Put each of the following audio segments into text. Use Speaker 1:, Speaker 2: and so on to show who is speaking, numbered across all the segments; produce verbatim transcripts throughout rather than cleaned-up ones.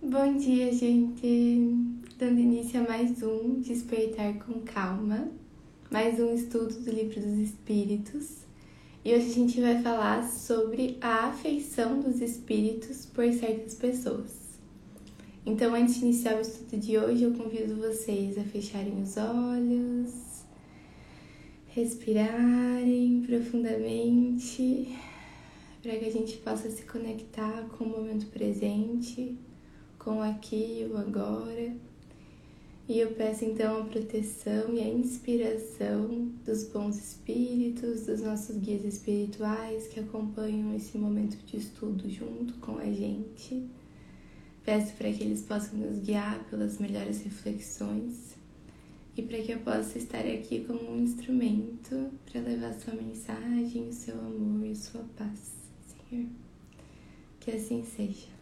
Speaker 1: Bom dia, gente! Dando início a mais um Despertar com Calma, mais um estudo do Livro dos Espíritos. E hoje a gente vai falar sobre a afeição dos espíritos por certas pessoas. Então, antes de iniciar o estudo de hoje, eu convido vocês a fecharem os olhos, respirarem profundamente, para que a gente possa se conectar com o momento presente, com o aqui e o agora. E eu peço então a proteção e a inspiração dos bons espíritos, dos nossos guias espirituais que acompanham esse momento de estudo junto com a gente. Peço para que eles possam nos guiar pelas melhores reflexões e para que eu possa estar aqui como um instrumento para levar sua mensagem, o seu amor e sua paz, Senhor. Que assim seja.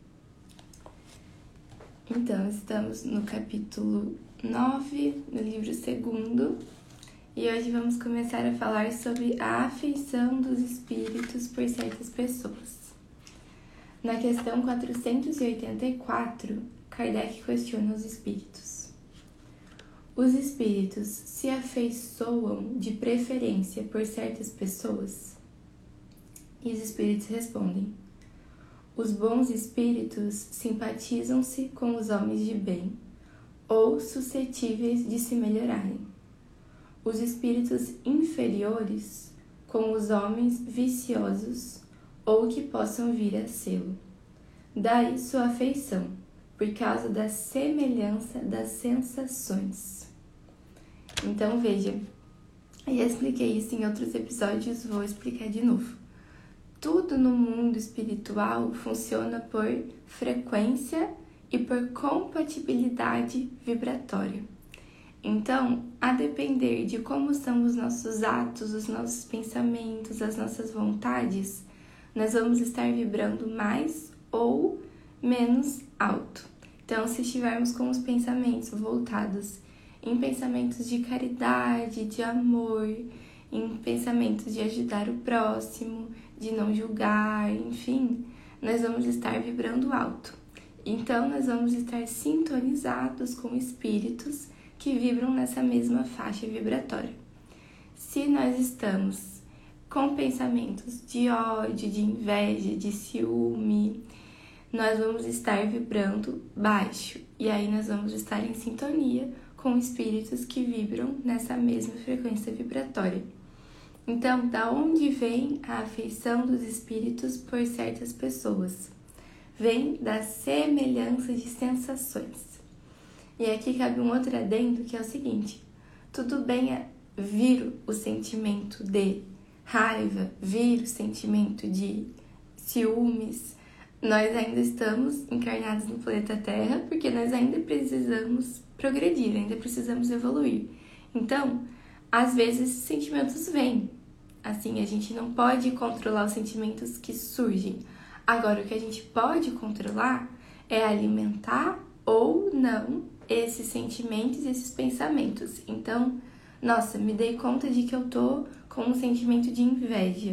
Speaker 1: Então, estamos no capítulo nove, no livro segundo, e hoje vamos começar a falar sobre a afeição dos espíritos por certas pessoas. Na questão quatrocentos e oitenta e quatro, Kardec questiona os espíritos. Os espíritos se afeiçoam de preferência por certas pessoas? E os espíritos respondem: os bons espíritos simpatizam-se com os homens de bem, ou suscetíveis de se melhorarem. Os espíritos inferiores com os homens viciosos, ou que possam vir a sê-lo. Daí sua afeição, por causa da semelhança das sensações. Então veja, eu já expliquei isso em outros episódios, vou explicar de novo. Tudo no mundo espiritual funciona por frequência e por compatibilidade vibratória. Então, a depender de como são os nossos atos, os nossos pensamentos, as nossas vontades, nós vamos estar vibrando mais ou menos alto. Então, se estivermos com os pensamentos voltados em pensamentos de caridade, de amor, em pensamentos de ajudar o próximo, de não julgar, enfim, nós vamos estar vibrando alto. Então, nós vamos estar sintonizados com espíritos que vibram nessa mesma faixa vibratória. Se nós estamos com pensamentos de ódio, de inveja, de ciúme, nós vamos estar vibrando baixo. E aí nós vamos estar em sintonia com espíritos que vibram nessa mesma frequência vibratória. Então, da onde vem a afeição dos espíritos por certas pessoas? Vem da semelhança de sensações. E aqui cabe um outro adendo, que é o seguinte: tudo bem é vir o sentimento de raiva, vir o sentimento de ciúmes. Nós ainda estamos encarnados no planeta Terra, porque nós ainda precisamos progredir, ainda precisamos evoluir. Então, às vezes esses sentimentos vêm. Assim, a gente não pode controlar os sentimentos que surgem. Agora, o que a gente pode controlar é alimentar ou não esses sentimentos e esses pensamentos. Então, nossa, me dei conta de que eu tô com um sentimento de inveja.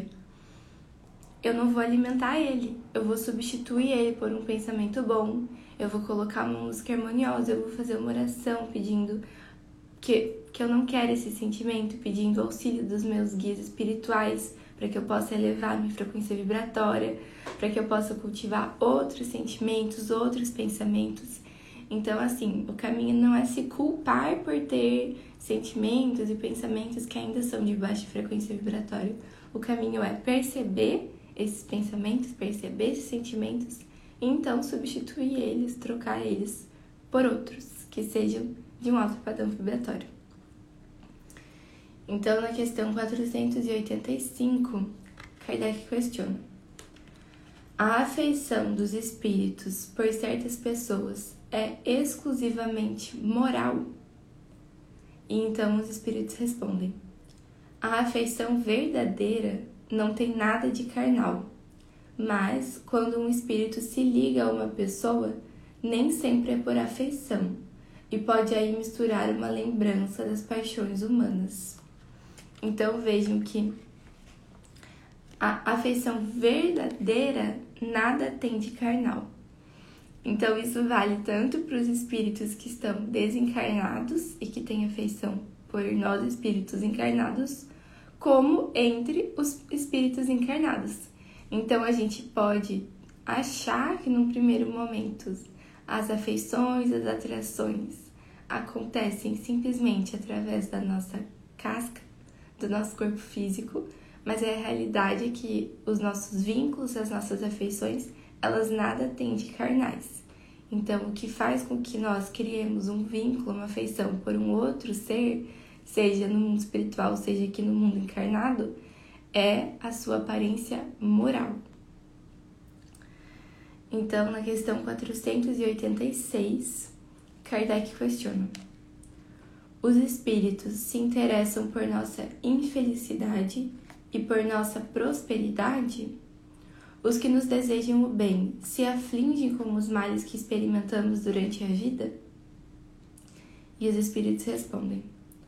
Speaker 1: Eu não vou alimentar ele, eu vou substituir ele por um pensamento bom, eu vou colocar uma música harmoniosa, eu vou fazer uma oração pedindo que, que eu não quero esse sentimento, pedindo auxílio dos meus guias espirituais para que eu possa elevar minha frequência vibratória, para que eu possa cultivar outros sentimentos, outros pensamentos. Então, assim, o caminho não é se culpar por ter sentimentos e pensamentos que ainda são de baixa frequência vibratória. O caminho é perceber esses pensamentos, perceber esses sentimentos e então substituir eles, trocar eles por outros que sejam de um alto padrão vibratório. Então, na questão quatrocentos e oitenta e cinco, Kardec questiona: a afeição dos espíritos por certas pessoas é exclusivamente moral? E então os espíritos respondem: a afeição verdadeira não tem nada de carnal, mas quando um espírito se liga a uma pessoa, nem sempre é por afeição, e pode aí misturar uma lembrança das paixões humanas. Então vejam que a afeição verdadeira nada tem de carnal. Então, isso vale tanto para os espíritos que estão desencarnados e que têm afeição por nós, espíritos encarnados, como entre os espíritos encarnados. Então, a gente pode achar que, num primeiro momento, as afeições, as atrações acontecem simplesmente através da nossa casca, do nosso corpo físico, mas a realidade é que os nossos vínculos, as nossas afeições, elas nada têm de carnais. Então, o que faz com que nós criemos um vínculo, uma afeição por um outro ser, seja no mundo espiritual, seja aqui no mundo encarnado, é a sua aparência moral. Então, na questão quatrocentos e oitenta e seis, Kardec questiona: os espíritos se interessam por nossa infelicidade e por nossa prosperidade? Os que nos desejam o bem se afligem com os males que experimentamos durante a vida? E os espíritos respondem: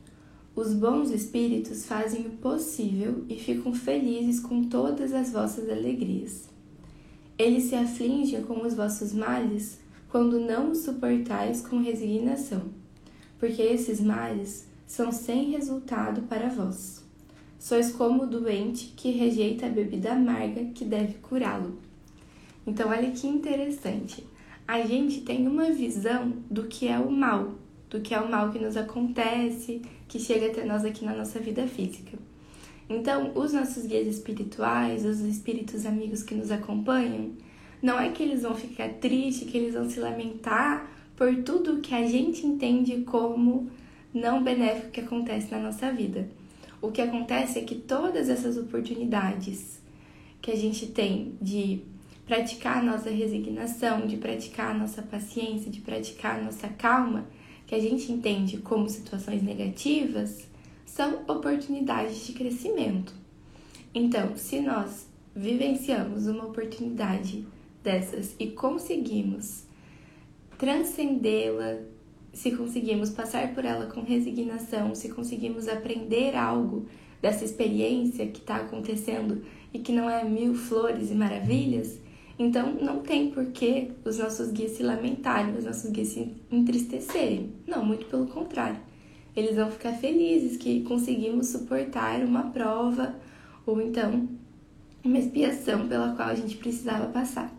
Speaker 1: os bons espíritos fazem o possível e ficam felizes com todas as vossas alegrias. Eles se afligem com os vossos males quando não os suportais com resignação, porque esses males são sem resultado para vós. Sois como o doente que rejeita a bebida amarga que deve curá-lo. Então, olha que interessante. A gente tem uma visão do que é o mal, do que é o mal que nos acontece, que chega até nós aqui na nossa vida física. Então, os nossos guias espirituais, os espíritos amigos que nos acompanham, não é que eles vão ficar tristes, que eles vão se lamentar por tudo que a gente entende como não benéfico que acontece na nossa vida. O que acontece é que todas essas oportunidades que a gente tem de praticar a nossa resignação, de praticar a nossa paciência, de praticar a nossa calma, que a gente entende como situações negativas, são oportunidades de crescimento. Então, se nós vivenciamos uma oportunidade dessas e conseguimos transcendê-la, se conseguimos passar por ela com resignação, se conseguimos aprender algo dessa experiência que está acontecendo e que não é mil flores e maravilhas, então não tem por que os nossos guias se lamentarem, os nossos guias se entristecerem. Não, muito pelo contrário. Eles vão ficar felizes que conseguimos suportar uma prova ou então uma expiação pela qual a gente precisava passar.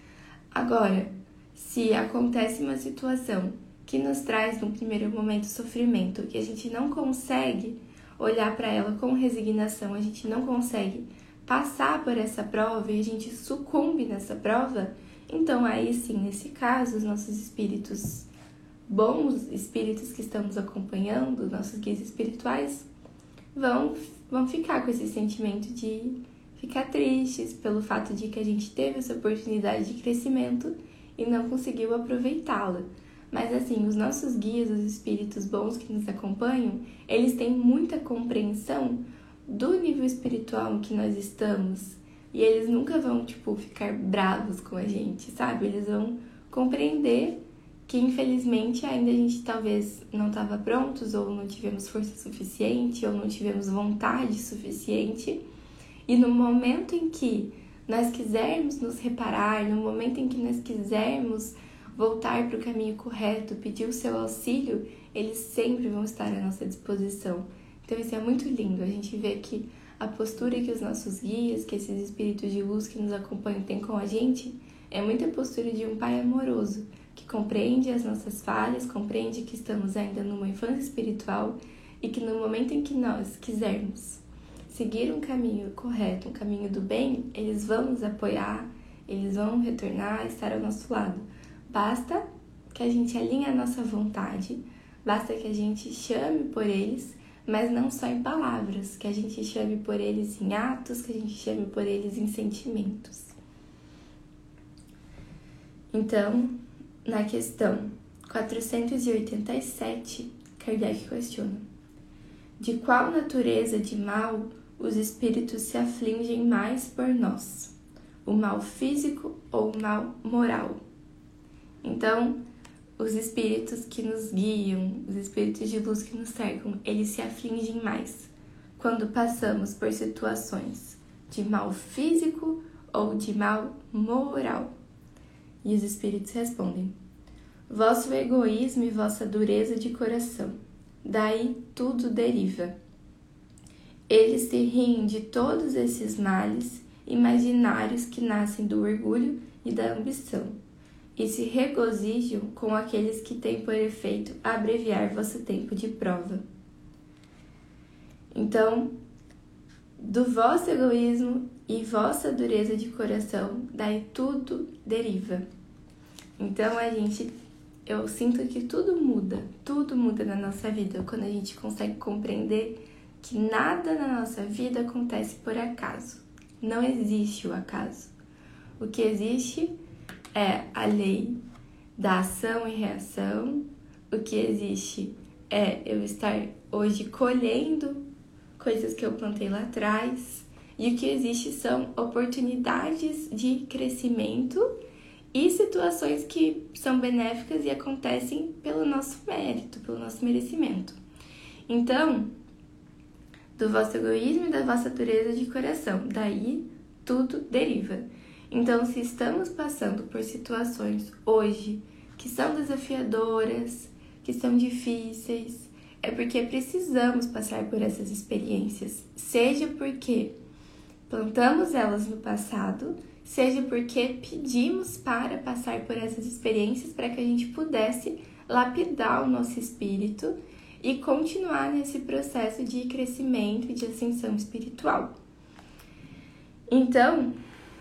Speaker 1: Agora, se acontece uma situação que nos traz, num primeiro momento, sofrimento, que a gente não consegue olhar para ela com resignação, a gente não consegue passar por essa prova e a gente sucumbe nessa prova, então aí sim, nesse caso, os nossos espíritos, bons espíritos que estamos acompanhando, nossos guias espirituais, vão, vão ficar com esse sentimento de ficar tristes pelo fato de que a gente teve essa oportunidade de crescimento e não conseguiu aproveitá-la. Mas assim, os nossos guias, os espíritos bons que nos acompanham, eles têm muita compreensão do nível espiritual em que nós estamos. E eles nunca vão, tipo, ficar bravos com a gente, sabe? Eles vão compreender que, infelizmente, ainda a gente talvez não estava prontos, ou não tivemos força suficiente, ou não tivemos vontade suficiente. E no momento em que nós quisermos nos reparar, no momento em que nós quisermos voltar para o caminho correto, pedir o seu auxílio, eles sempre vão estar à nossa disposição. Então isso é muito lindo, a gente vê que a postura que os nossos guias, que esses espíritos de luz que nos acompanham têm com a gente, é muita postura de um pai amoroso, que compreende as nossas falhas, compreende que estamos ainda numa infância espiritual e que no momento em que nós quisermos seguir um caminho correto, um caminho do bem, eles vão nos apoiar, eles vão retornar, estar ao nosso lado. Basta que a gente alinhe a nossa vontade, basta que a gente chame por eles, mas não só em palavras, que a gente chame por eles em atos, que a gente chame por eles em sentimentos. Então, na questão quatrocentos e oitenta e sete, Kardec questiona: de qual natureza de mal os espíritos se afligem mais por nós? O mal físico ou o mal moral? Então, os espíritos que nos guiam, os espíritos de luz que nos cercam, eles se afligem mais quando passamos por situações de mal físico ou de mal moral. E os espíritos respondem: vosso egoísmo e vossa dureza de coração, daí tudo deriva. Eles se riem de todos esses males imaginários que nascem do orgulho e da ambição, e se regozijam com aqueles que têm por efeito abreviar vosso tempo de prova. Então, do vosso egoísmo e vossa dureza de coração, daí tudo deriva. Então, a gente, eu sinto que tudo muda, tudo muda na nossa vida, quando a gente consegue compreender que nada na nossa vida acontece por acaso. Não existe o acaso. O que existe é a lei da ação e reação. O que existe é eu estar hoje colhendo coisas que eu plantei lá atrás. E o que existe são oportunidades de crescimento e situações que são benéficas e acontecem pelo nosso mérito, pelo nosso merecimento. Então, do vosso egoísmo e da vossa dureza de coração, daí tudo deriva. Então, se estamos passando por situações hoje que são desafiadoras, que são difíceis, é porque precisamos passar por essas experiências, seja porque plantamos elas no passado, seja porque pedimos para passar por essas experiências para que a gente pudesse lapidar o nosso espírito e continuar nesse processo de crescimento e de ascensão espiritual. Então,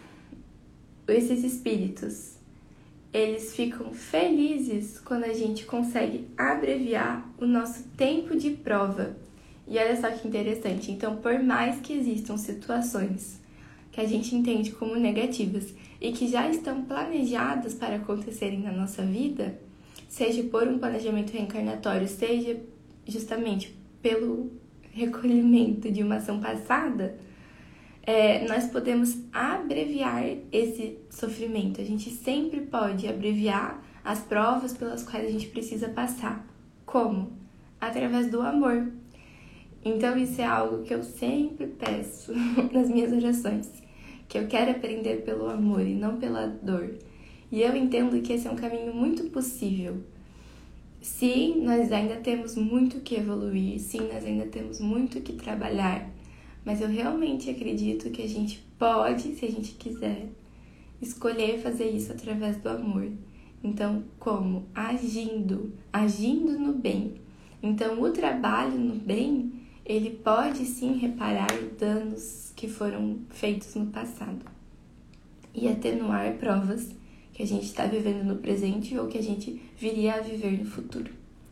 Speaker 1: esses espíritos, eles ficam felizes quando a gente consegue abreviar o nosso tempo de prova. E olha só que interessante, então por mais que existam situações que a gente entende como negativas e que já estão planejadas para acontecerem na nossa vida, seja por um planejamento reencarnatório, seja justamente pelo recolhimento de uma ação passada, é, nós podemos abreviar esse sofrimento. A gente sempre pode abreviar as provas pelas quais a gente precisa passar. Como? Através do amor. Então isso é algo que eu sempre peço nas minhas orações, que eu quero aprender pelo amor e não pela dor. E eu entendo que esse é um caminho muito possível. Sim, nós ainda temos muito que evoluir, sim, nós ainda temos muito que trabalhar, mas eu realmente acredito que a gente pode, se a gente quiser, escolher fazer isso através do amor. Então, como? Agindo, agindo no bem. Então, o trabalho no bem, ele pode sim reparar danos que foram feitos no passado e atenuar provas que a gente está vivendo no presente ou que a gente viria a viver no futuro.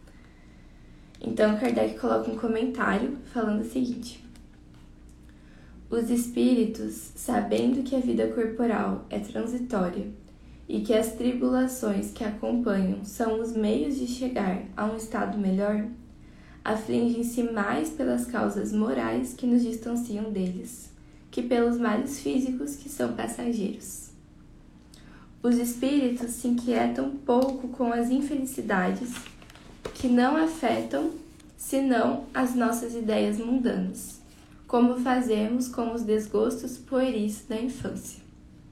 Speaker 1: Então, Kardec coloca um comentário falando o seguinte: os espíritos, sabendo que a vida corporal é transitória e que as tribulações que acompanham são os meios de chegar a um estado melhor, afligem-se mais pelas causas morais que nos distanciam deles, que pelos males físicos que são passageiros. Os espíritos se inquietam pouco com as infelicidades que não afetam senão as nossas ideias mundanas, como fazemos com os desgostos pueris da infância.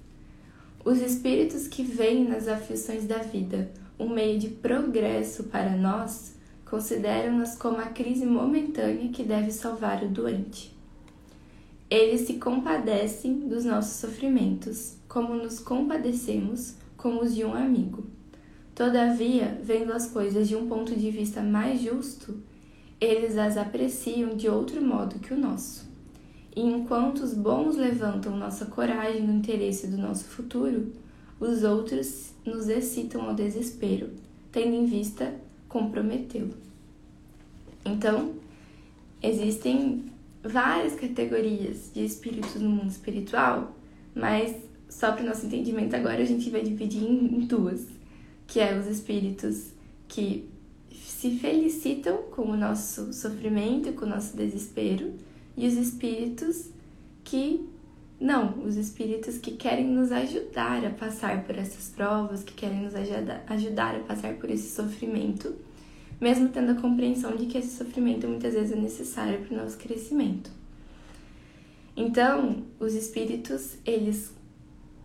Speaker 1: Os espíritos que veem nas aflições da vida um meio de progresso para nós, consideram-nas como a crise momentânea que deve salvar o doente. Eles se compadecem dos nossos sofrimentos, como nos compadecemos com os de um amigo. Todavia, vendo as coisas de um ponto de vista mais justo, eles as apreciam de outro modo que o nosso. E enquanto os bons levantam nossa coragem no interesse do nosso futuro, os outros nos excitam ao desespero, tendo em vista comprometê-lo. Então, existem várias categorias de espíritos no mundo espiritual, mas só para o nosso entendimento agora a gente vai dividir em duas, que é os espíritos que se felicitam com o nosso sofrimento, com o nosso desespero, e os espíritos que não, os espíritos que querem nos ajudar a passar por essas provas, que querem nos ajudar, ajudar a passar por esse sofrimento, mesmo tendo a compreensão de que esse sofrimento muitas vezes é necessário para o nosso crescimento. Então, os espíritos, eles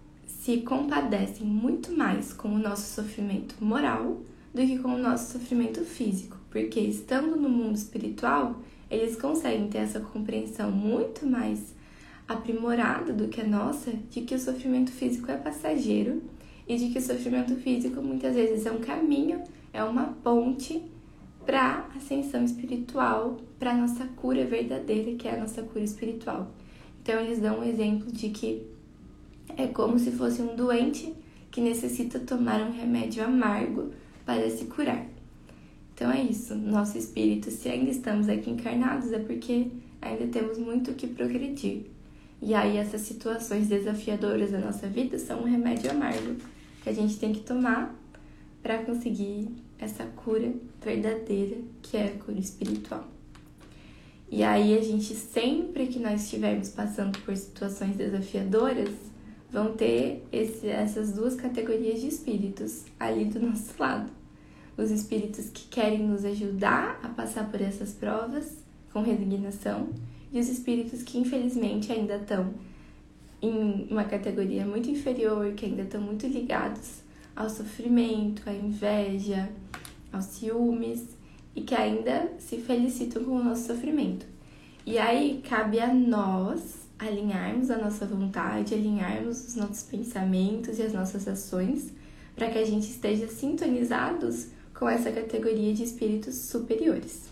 Speaker 1: se compadecem muito mais com o nosso sofrimento moral do que com o nosso sofrimento físico, porque estando no mundo espiritual, eles conseguem ter essa compreensão muito mais aprimorada do que a nossa, de que o sofrimento físico é passageiro e de que o sofrimento físico muitas vezes é um caminho, é uma ponte para a ascensão espiritual, para a nossa cura verdadeira, que é a nossa cura espiritual. Então eles dão um exemplo de que é como se fosse um doente que necessita tomar um remédio amargo para se curar. Então é isso, nosso espírito, se ainda estamos aqui encarnados, é porque ainda temos muito o que progredir. E aí essas situações desafiadoras da nossa vida são um remédio amargo que a gente tem que tomar para conseguir essa cura verdadeira, que é a cura espiritual. E aí a gente, sempre que nós estivermos passando por situações desafiadoras, vão ter esse, essas duas categorias de espíritos ali do nosso lado. Os espíritos que querem nos ajudar a passar por essas provas com resignação e os espíritos que infelizmente ainda estão em uma categoria muito inferior, que ainda estão muito ligados ao sofrimento, à inveja, aos ciúmes e que ainda se felicitam com o nosso sofrimento. E aí cabe a nós alinharmos a nossa vontade, alinharmos os nossos pensamentos e as nossas ações para que a gente esteja sintonizados com essa categoria de espíritos superiores.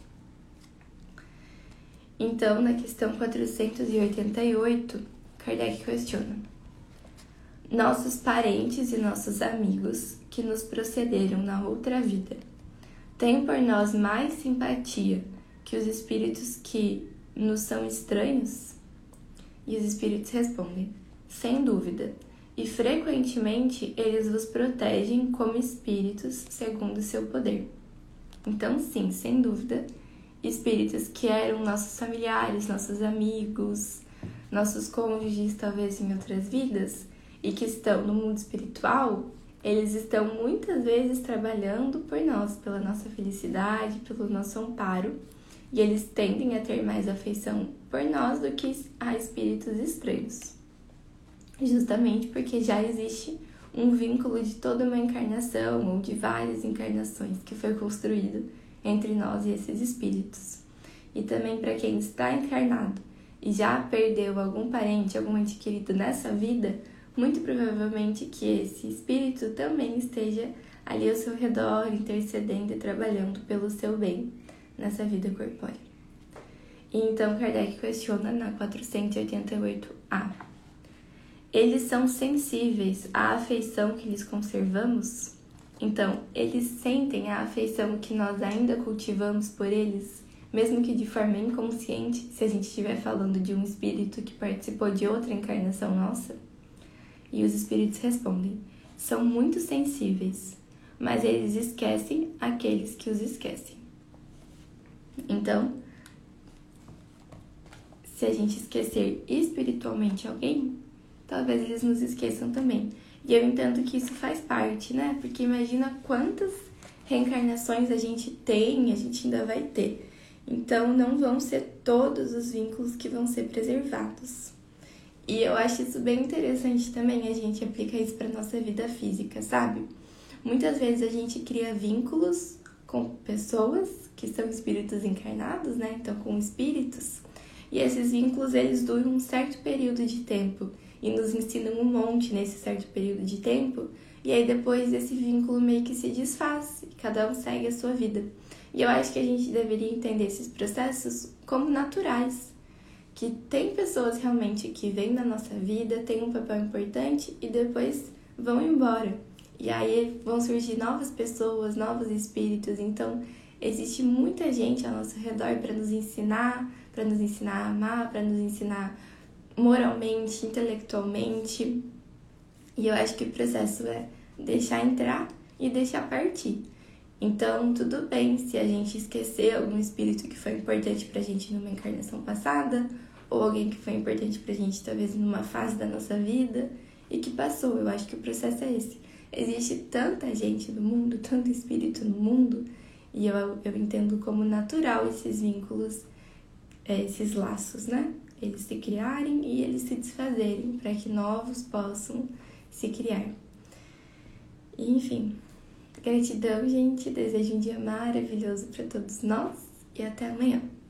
Speaker 1: Então, na questão quatrocentos e oitenta e oito, Kardec questiona: nossos parentes e nossos amigos que nos procederam na outra vida têm por nós mais simpatia que os espíritos que nos são estranhos? E os espíritos respondem: sem dúvida, e frequentemente eles vos protegem como espíritos segundo o seu poder. Então, sim, sem dúvida, espíritos que eram nossos familiares, nossos amigos, nossos cônjuges, talvez em outras vidas, e que estão no mundo espiritual, eles estão muitas vezes trabalhando por nós, pela nossa felicidade, pelo nosso amparo, e eles tendem a ter mais afeição por nós do que a espíritos estranhos. Justamente porque já existe um vínculo de toda uma encarnação ou de várias encarnações que foi construído entre nós e esses espíritos. E também para quem está encarnado e já perdeu algum parente, algum ente querido nessa vida, muito provavelmente que esse espírito também esteja ali ao seu redor, intercedendo e trabalhando pelo seu bem nessa vida corpórea. E então Kardec questiona na quatrocentos e oitenta e oito A: eles são sensíveis à afeição que lhes conservamos? Então, eles sentem a afeição que nós ainda cultivamos por eles, mesmo que de forma inconsciente, se a gente estiver falando de um espírito que participou de outra encarnação nossa? E os espíritos respondem: são muito sensíveis, mas eles esquecem aqueles que os esquecem. Então, se a gente esquecer espiritualmente alguém, talvez eles nos esqueçam também. E eu entendo que isso faz parte, né? Porque imagina quantas reencarnações a gente tem e a gente ainda vai ter. Então, não vão ser todos os vínculos que vão ser preservados. E eu acho isso bem interessante também, a gente aplica isso para nossa vida física, sabe? Muitas vezes a gente cria vínculos com pessoas que são espíritos encarnados, né? Então, com espíritos. E esses vínculos, eles duram um certo período de tempo e nos ensinam um monte nesse certo período de tempo. E aí, depois, esse vínculo meio que se desfaz e cada um segue a sua vida. E eu acho que a gente deveria entender esses processos como naturais. Que tem pessoas realmente que vêm na nossa vida, têm um papel importante e depois vão embora. E aí vão surgir novas pessoas, novos espíritos. Então, existe muita gente ao nosso redor para nos ensinar, para nos ensinar a amar, para nos ensinar moralmente, intelectualmente. E eu acho que o processo é deixar entrar e deixar partir. Então, tudo bem se a gente esquecer algum espírito que foi importante pra gente numa encarnação passada, ou alguém que foi importante pra gente talvez numa fase da nossa vida e que passou. Eu acho que o processo é esse. Existe tanta gente no mundo, tanto espírito no mundo, e eu, eu entendo como natural esses vínculos, esses laços, né? Eles se criarem e eles se desfazerem para que novos possam se criar. E, enfim, gratidão, gente. Desejo um dia maravilhoso para todos nós e até amanhã.